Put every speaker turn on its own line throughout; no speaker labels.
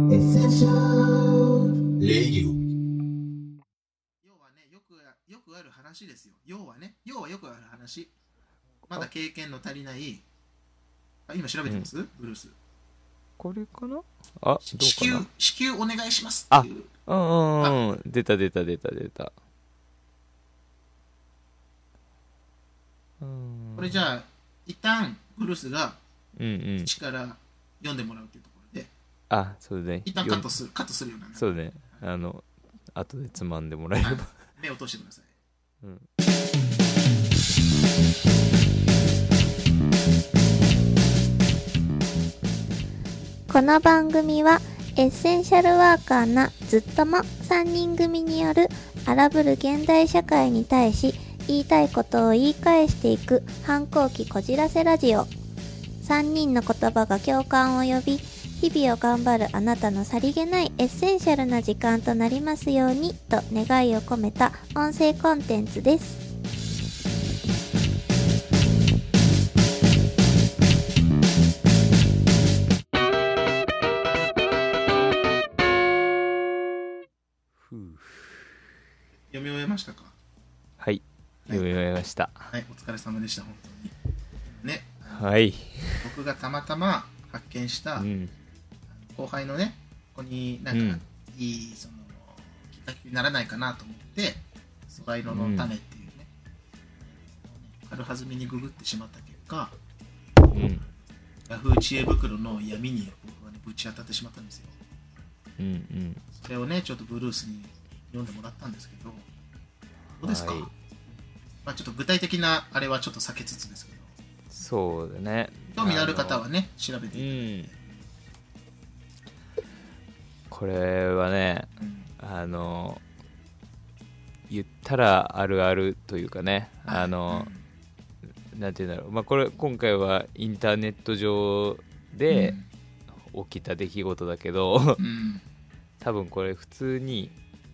レイユ。
要はね、よくある話ですよ。要はよくある話。まだ経験の足りない。今調べてます、ブルース。
これかな。あ、どうかな。
至急お願いしますっていう。
出た。
これじゃあ一旦ブルースが
一
から読んでもらうというところで、
そうね、
一旦カットするような、
そうね、後でつまんでもらえれば、
目を通してください。
この番組はエッセンシャルワーカーなずっとも3人組による荒ぶる現代社会に対し言いたいことを言い返していく反抗期こじらせラジオ。3人の言葉が共感を呼び、日々を頑張るあなたのさりげないエッセンシャルな時間となりますようにと願いを込めた音声コンテンツです。
読み終えましたか？
はい、読み終えました。
はい、お疲れ様でした。本当にね。
はい。
僕がたまたま発見した、後輩のね、ここになんか、いいそのきっかけにならないかなと思って空色の種っていうね、軽はずみにググってしまった結果、ヤフー知恵袋の闇に僕はねぶち当たってしまったんですよ。それをねちょっとブルースに読んでもらったんですけど、どうですか？まあちょっと具体的なあれはちょっと避けつつですけど、
そうだね、
興味のある方はね調べていただいて、
これはね、言ったらあるあるというかね、なんていうんだろう、まあこれ今回はインターネット上で起きた出来事だけど、多分これ普通に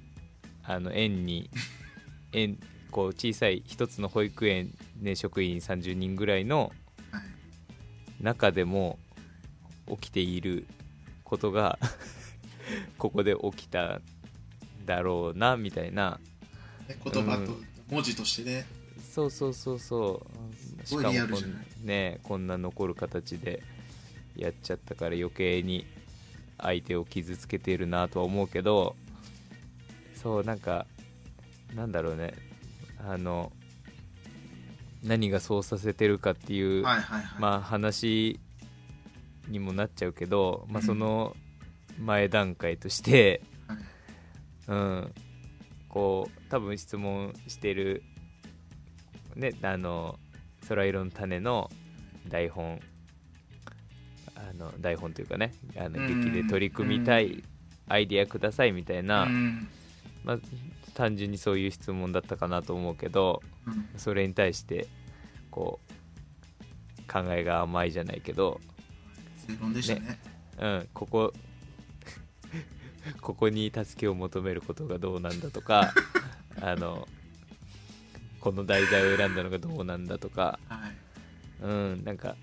こう小さい一つの保育園、ね、職員30人ぐらいの中でも起きていることがここで起きただろうなみたいな
言葉と文字としてね、
そうしかもこんな残る形でやっちゃったから余計に相手を傷つけているなとは思うけど、そうなんかなんだろうね、何がそうさせてるかっていう、まあ話にもなっちゃうけど、まあその前段階として、こう多分質問してるね、空色の種の台本というかね、劇で取り組みたいアイディアくださいみたいな、まあ単純にそういう質問だったかなと思うけど、それに対してこう考えが甘いじゃないけど、
正論でしたね。
ここに助けを求めることがどうなんだとかこの題材を選んだのがどうなんだとか、なんか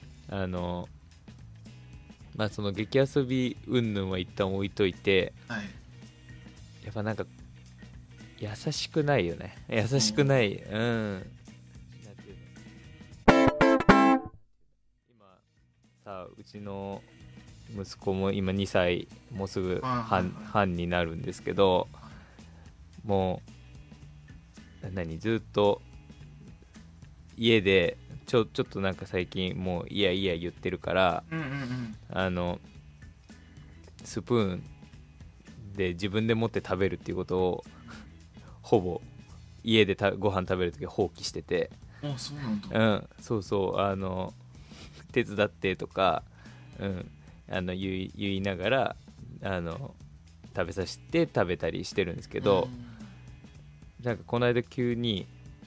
まあその激遊び云々は一旦置いといて、やっぱなんか優しくないよね。優しくない。なんていうの、今さ、うちの息子も今2歳もうすぐ半になるんですけど、もうずっと家でちょっとなんか最近もういや言ってるから、スプーンで自分で持って食べるっていうことをほぼ家でご飯食べるときは放棄してて、
そうなんだ。
手伝ってとか、言いながら食べさせて食べたりしてるんですけど、なんかこの間急に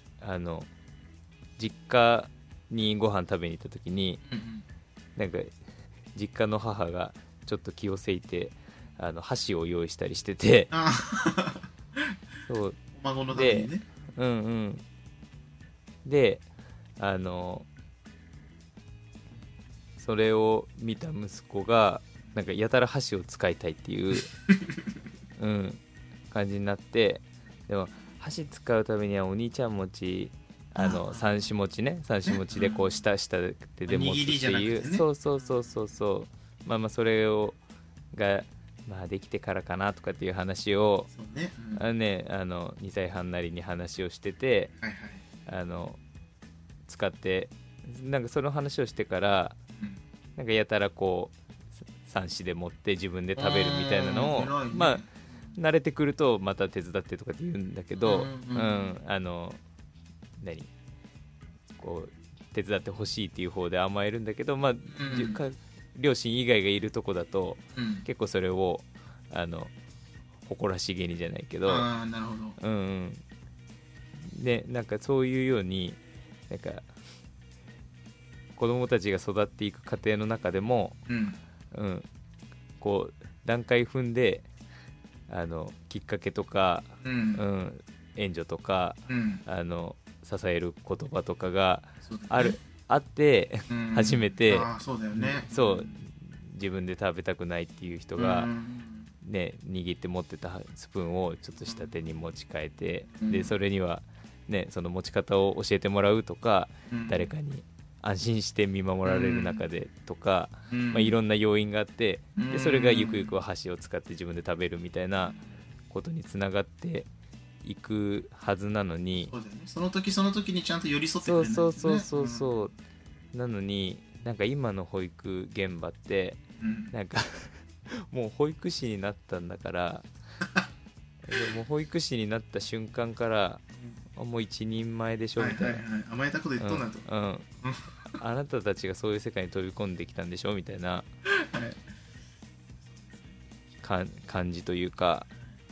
実家にご飯食べに行った時に、なんか実家の母がちょっと気をせいて箸を用意したりしててそう
お孫のためにね。
でそれを見た息子がなんかやたら箸を使いたいっていう、うん、感じになって、でも箸使うためにはお兄ちゃん持ち三子持ちね、三子持ちでこう下手で持つっていう、そう、まあそれをがまあできてからかなとかっていう話を2歳半なりに話をしてて、使ってなんかその話をしてから、なんかやたらこう三子で持って自分で食べるみたいなのを、まあ慣れてくるとまた手伝ってとかって言うんだけど、こう手伝ってほしいっていう方で甘えるんだけど、まあ両親以外がいるとこだと、結構それを誇らしげにじゃないけど、
なるほど、
でなんかそういうようになんか子供たちが育っていく過程の中でも、こう段階踏んできっかけとか、援助とか、支える言葉とかがあって、初めて、そう自分で食べたくないっていう人が、握って持ってたスプーンをちょっと下手に持ち替えて、でそれには、その持ち方を教えてもらうとか、誰かに安心して見守られる中でとか、いろんな要因があって、でそれがゆくゆくは箸を使って自分で食べるみたいなことにつながっていくはずなのに、
そうだよね、その時その時にちゃんと寄り添ってくれるんだよね。
そう、なのになんか今の保育現場って、なんかもう保育士になったんだからでも保育士になった瞬間からもう一人前でしょみたいな、
甘えたこと言っとんなと、
あなたたちがそういう世界に飛び込んできたんでしょみたいな、感じというか、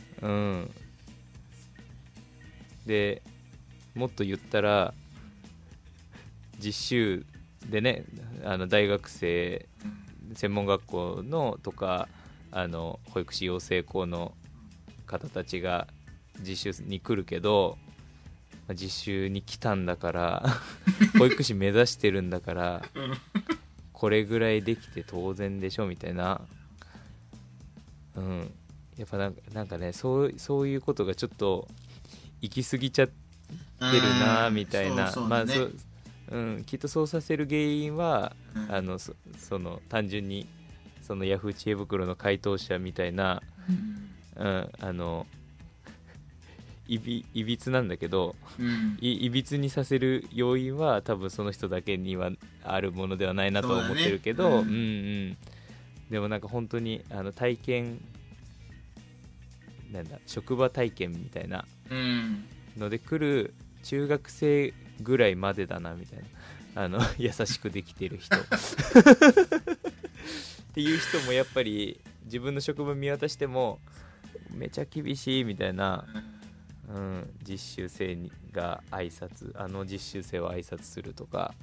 でもっと言ったら実習でね、大学生、専門学校のとか保育士養成校の方たちが実習に来るけど、実習に来たんだから保育士目指してるんだからこれぐらいできて当然でしょみたいな、やっぱなんかね、そういうことがちょっと行き過ぎちゃってるなみたいな、きっとそうさせる原因は、その単純にそのヤフー知恵袋の回答者みたいな、いびつなんだけど、いびつにさせる要因は多分その人だけにはあるものではないなと思ってるけど、でもなんか本当に体験職場体験みたいなので来る中学生ぐらいまでだなみたいな、優しくできてる人っていう人もやっぱり自分の職場見渡してもめちゃ厳しいみたいな、実習生が挨拶、実習生を挨拶するとか、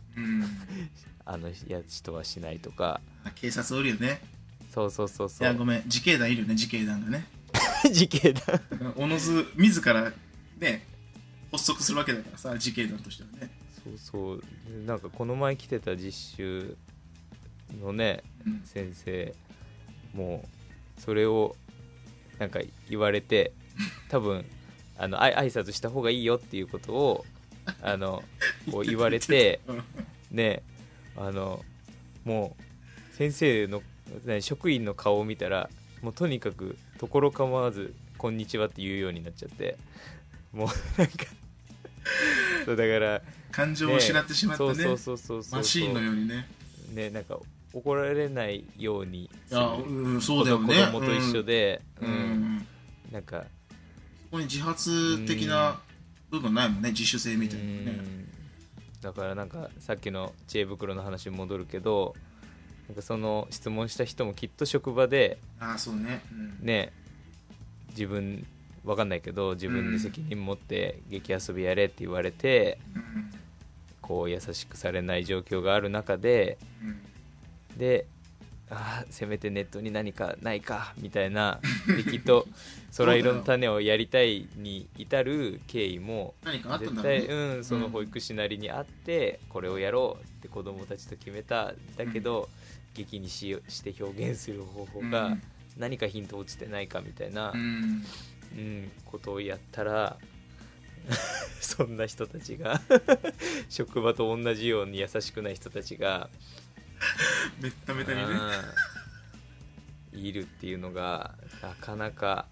人はしないとか、
警察おるよね。
そう
いやごめん、自警団いるよね、自警団がね
自警団
おのず自らね発足するわけだからさ、自警団としてはね。
そうなんかこの前来てた実習のね、先生もうそれをなんか言われて、多分挨拶した方がいいよっていうことをこう言われてね、もう先生の職員の顔を見たらもうとにかくところ構わずこんにちはって言うようになっちゃって、もうなんかそうだから
感情を失ってしまったね、
そう
マシーンのようにね、
なんか怒られないようにする、
そうだよね、
子供と一緒で、なんか
ここに自発的な部分ないもんね、自主性みたいなね。
だからなんかさっきの知恵袋の話に戻るけど、なんかその質問した人もきっと職場で
そうね、
自分わかんないけど自分で責任持って劇遊びやれって言われて、こう優しくされない状況がある中で、でせめてネットに何かないかみたいなできっと空色の種をやりたいに至る経緯も絶対、その保育士なりにあって、これをやろうって子供たちと決めた。だけど、 劇にして表現する方法が何かヒント落ちてないかみたいな、ことをやったらそんな人たちが職場と同じように優しくない人たちが
めっためたにね
いるっていうのがなかなか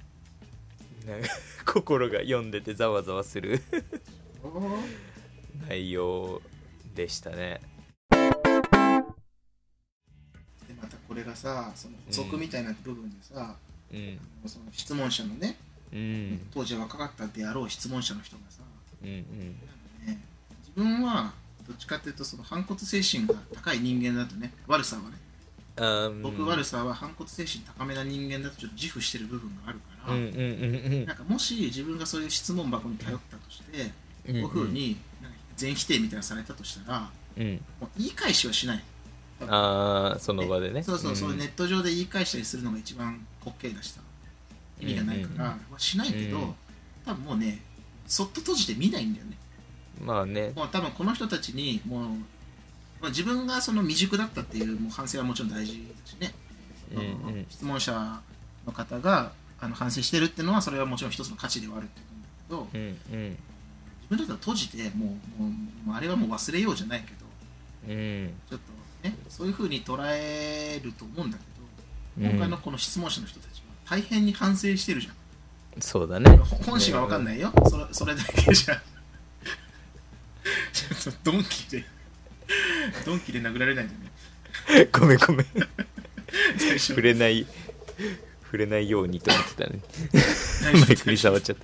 心が読んでてざわざわする内容でしたね。
でまたこれがさ、その補足みたいな部分でさ、その質問者のね、当時若かったであろう質問者の人がさ、自分はどっちかっていうとその反骨精神が高い人間だとね、悪さはね、僕悪さは反骨精神高めな人間だとちょっと自負してる部分があるから、なんかもし自分がそういう質問箱に頼ったとして、こういう風に全否定みたいなされたとしたら、もう言い返しはしない。
その場でね。
そうネット上で言い返したりするのが一番滑稽だしさ、意味がないからはしないけど、多分もうね、そっと閉じて見ないんだよね。
まあね。
もう多分この人たちにもう自分がその未熟だったっていうもう反省はもちろん大事だしね、質問者の方が反省してるっていうのはそれはもちろん一つの価値ではあるって言うんだけど、自分だったら閉じてもうあれはもう忘れようじゃないけど、ちょっとねそういう風に捉えると思うんだけど、今回のこの質問者の人たちは大変に反省してるじゃん。
そうだね。
本心は分かんないよ、それだけじゃちょっとドンキで殴られないんだよね。
ごめん触れないようにと思ってたね。マイクに触っちゃった。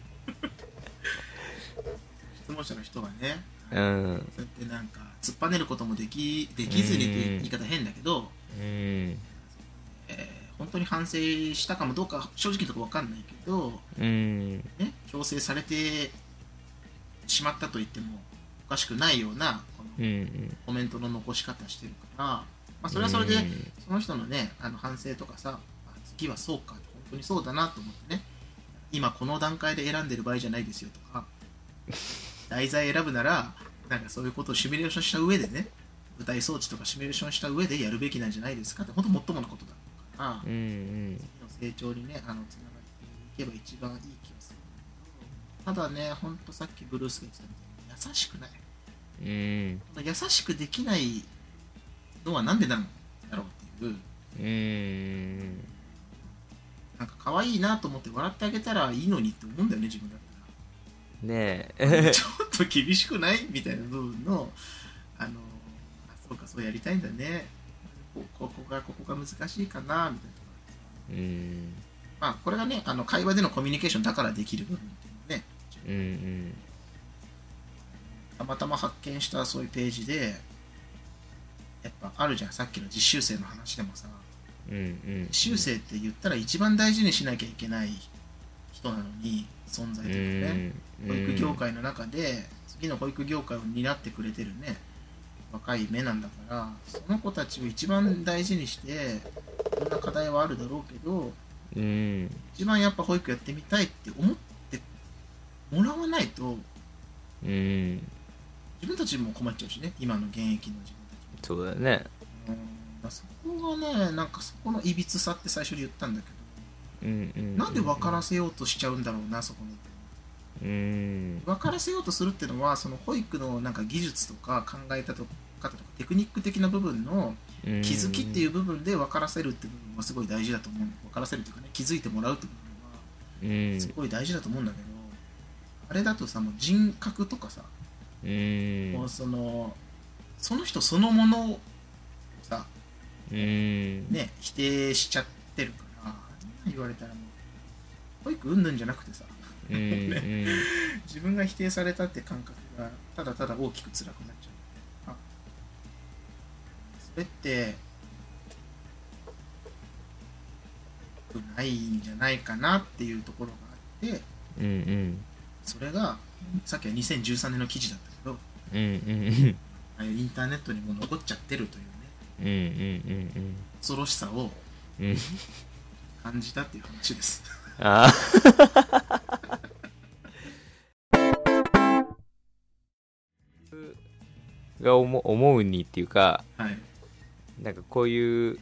質問者の人はね、そうやってなんか突っぱねることもできずにという言い方変だけど、本当に反省したかもどうか正直なところ分かんないけど、強制されてしまったと言ってもおかしくないようなこのコメントの残し方してるから、それはそれでその人のね反省とかさ、次はそうか本当にそうだなと思ってね、今この段階で選んでる場合じゃないですよとか、題材選ぶならなんかそういうことをシミュレーションした上でね、舞台装置とかシミュレーションした上でやるべきなんじゃないですかって、本当もっともなことだから、次の成長にねつながっていけば一番いい気がするんだけど、ただね本当さっきブルースが言ってたみたいに優しくない、優しくできないのはなんでなんだろうっていう、なんか可愛いなと思って笑ってあげたらいいのにって思うんだよね、自分だったら
ね
ちょっと厳しくないみたいな部分のそうかそうやりたいんだね、ここが難しいかなみたいな、これがね会話でのコミュニケーションだからできる部分っていうのね、たまたま発見したそういうページでやっぱあるじゃん、さっきの実習生の話でもさ、実習生って言ったら一番大事にしなきゃいけない人なのに、存在というかね、保育業界の中で次の保育業界を担ってくれてるね若い目なんだから、その子たちを一番大事にして、いろんな課題はあるだろうけど、一番やっぱ保育やってみたいって思ってもらわないと、自分たちも困っちゃうしね、今の現役の自分たちも。
そうだよね。
そこがね、なんかそこのいびつさって最初に言ったんだけど、なんで分からせようとしちゃうんだろうな、そこに。分からせようとするっていうのは、その保育のなんか技術とか考え方とかテクニック的な部分の気づきっていう部分で分からせるっていう部分はすごい大事だと思う。分からせるっていうかね、気づいてもらうっていう部分はすごい大事だと思うんだけど、あれだとさ、もう人格とかさ、もうその人そのものをさ、ね、否定しちゃってるから、言われたらもう保育うんぬんじゃなくてさ、自分が否定されたって感覚がただただ大きく辛くなっちゃう。それって良くないんじゃないかなっていうところがあって、それがさっきは2013年の記事だったけど、インターネットにも残っちゃってるというね、恐ろしさを感じたっていう話です。
が思うにっていうか、 なんかこういう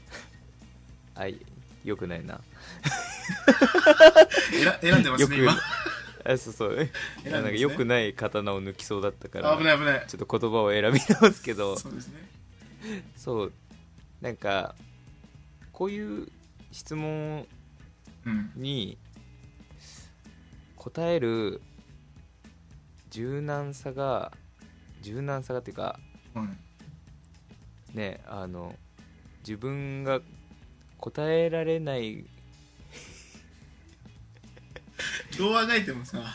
よくないな
選んでますね今
そうそうなんか良くない刀を抜きそうだったから
危ない危ない、
ちょっと言葉を選び直すけど
そうですね、
そうなんかこういう質問に答える柔軟さがっていうか、ね、自分が答えられない
どうあがいてもさ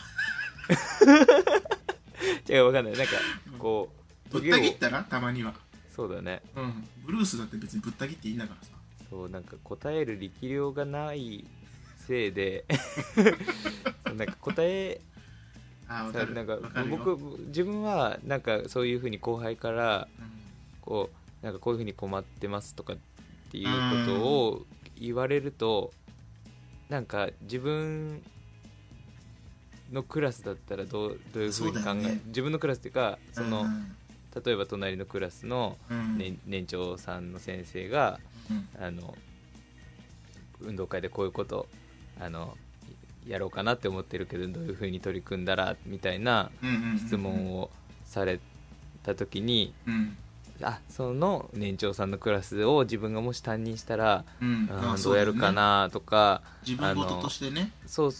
違う、わかんない、なんかこ
うぶった切ったらたまには
そうだね、
ブルースだって別にぶった切っていいんだからさ、
そうなんか答える力量がないせいでなんか答え
なん
か自分はなんかそういうふうに後輩からこうなんかこういうふうに困ってますとかっていうことを言われると、なんか自分のクラスだったらどういうふうに考え、自分のクラスっていうかその、例えば隣のクラスの、年長さんの先生が、運動会でこういうことやろうかなって思ってるけどどういうふうに取り組んだらみたいな質問をされた時に、その年長さんのクラスを自分がもし担任したら、どうやるかなとか、
自分事としてね、
そう、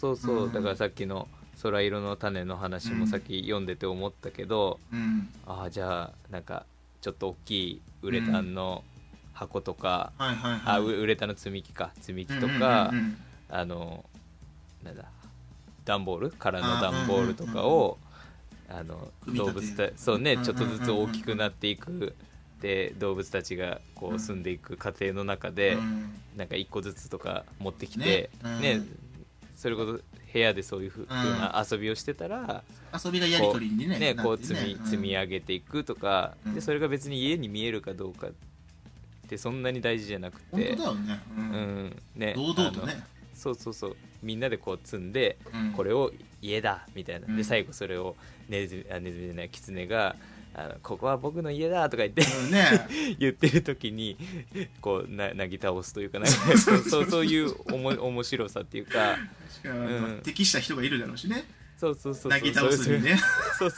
だからさっきの空色の種の話もさっき読んでて思ったけど、じゃあなんかちょっと大きいウレタンの箱とか、ウレタンの積み木とか、なんだ段ボール空の段ボールとかを動物たそうねちょっとずつ大きくなっていくで動物たちがこう住んでいく過程の中でなんか一個ずつとか持ってきてねそれこそ部屋でそういう風な遊びをしてたら
遊びがやりとりにね
こう積み上げていくとかでそれが別に家に見えるかどうかってそんなに大事じゃなくて
本当だよね堂々とね
そうみんなでこう積んで、これを家だみたいなで最後それをネズミじゃないキツネがここは僕の家だとか言って、言ってる時にこうなぎ倒すというかなんかそういう面白さっていうか
適した人がいるだろうしね
そう
なぎ倒すにね
そう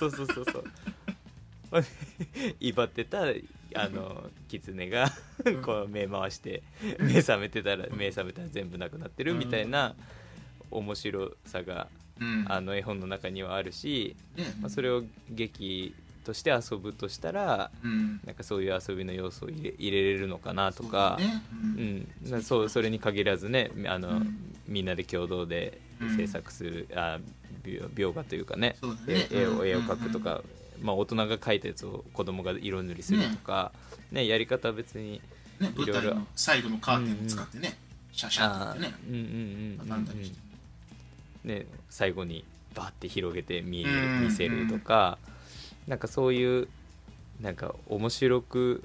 威張ってたキツネがこう目回して目覚めたら全部なくなってるみたいな面白さが絵本の中にはあるし、それを劇として遊ぶとしたら、なんかそういう遊びの要素を入れれるのかなとかそれに限らずねみんなで共同で制作する描画というかね絵を描くとか。大人が描いたやつを子供が色塗りするとか、やり方は別に
いろいろサイドのカーテンを使ってね、シャシャってね畳んだりして
ね最後にバッて広げて見せるとか、なんかそういうなんか面白く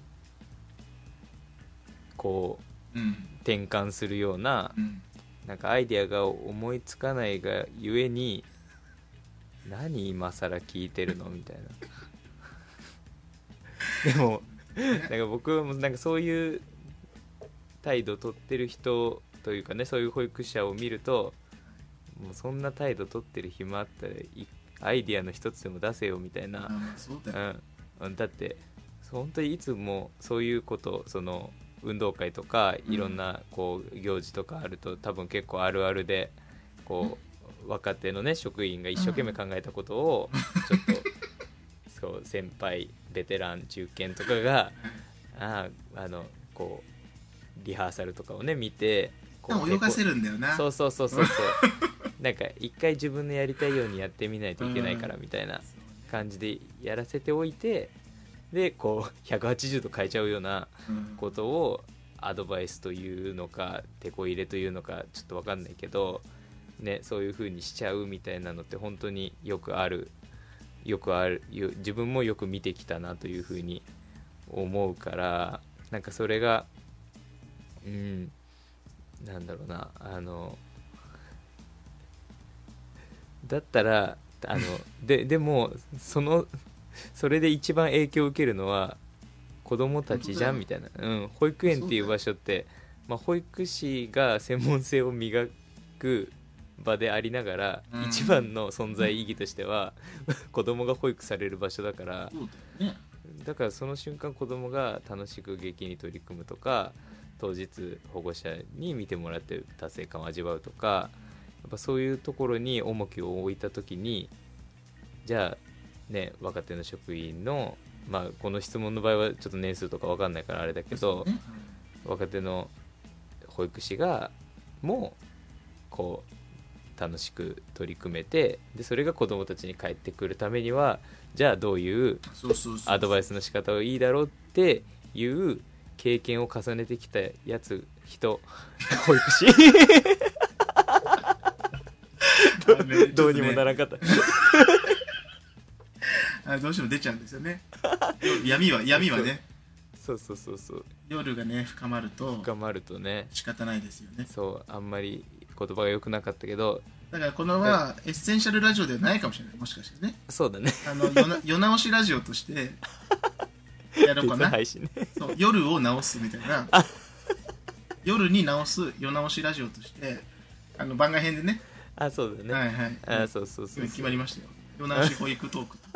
こう、転換するような、なんかアイデアが思いつかないがゆえに何今更聞いてるのみたいなでもなんか僕もなんかそういう態度を取ってる人というかねそういう保育者を見るともうそんな態度取ってる暇あったらアイディアの一つでも出せよみたいな、だって本当にいつもそういうことその運動会とかいろんなこう行事とかあると多分結構あるあるでこう若手のね職員が一生懸命考えたことをちょっとそう先輩ベテラン中堅とかがこうリハーサルとかをね見て
こう泳がせるんだよな
そうなんか一回自分のやりたいようにやってみないといけないからみたいな感じでやらせておいてでこう180度変えちゃうようなことをアドバイスというのか手こ入れというのかちょっと分かんないけどね、そういう風にしちゃうみたいなのって本当によくある自分もよく見てきたなという風に思うからなんかそれがなんだろうなだったらでもそれで一番影響を受けるのは子供たちじゃんみたいな、保育園っていう場所って、保育士が専門性を磨く場でありながら、一番の存在意義としては子供が保育される場所だから、だからその瞬間子供が楽しく劇に取り組むとか、当日保護者に見てもらって達成感を味わうとか、やっぱそういうところに重きを置いたときに、じゃあね、若手の職員の、この質問の場合はちょっと年数とか分かんないからあれだけど、若手の保育士がもうこう楽しく取り組めて、でそれが子どもたちに返ってくるためには、じゃあどういうアドバイスの仕方がいいだろうっていう経験を重ねてきた人保育士どうにもならんかった
どうしても出ちゃうんですよね闇はね
そう
夜がね深まると
ね
仕方ないですよね。
そうあんまり言葉が良くなかったけど、
だからこのはエッセンシャルラジオではないかもしれない、もしかしてね。
そうだね
夜直しラジオとしてやろうかな
配信、ね、
そう夜を直すみたいな夜に直す夜直しラジオとして番外編でね。
そうだね、
はいはい、
そう
決まりましたよ、夜直し保育トーク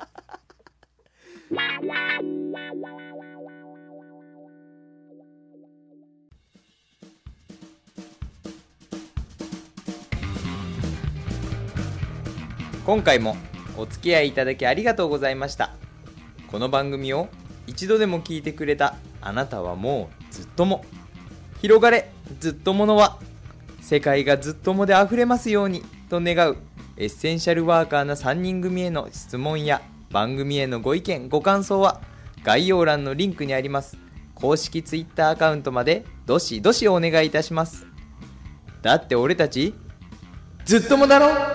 今回もお付き合いいただきありがとうございました。この番組を一度でも聞いてくれたあなたはもうずっとも、広がれずっとものは、世界がずっともであふれますようにと願うエッセンシャルワーカーな3人組への質問や番組へのご意見ご感想は概要欄のリンクにあります公式 Twitter アカウントまでどしどしお願いいたします。だって俺たちずっともだろ。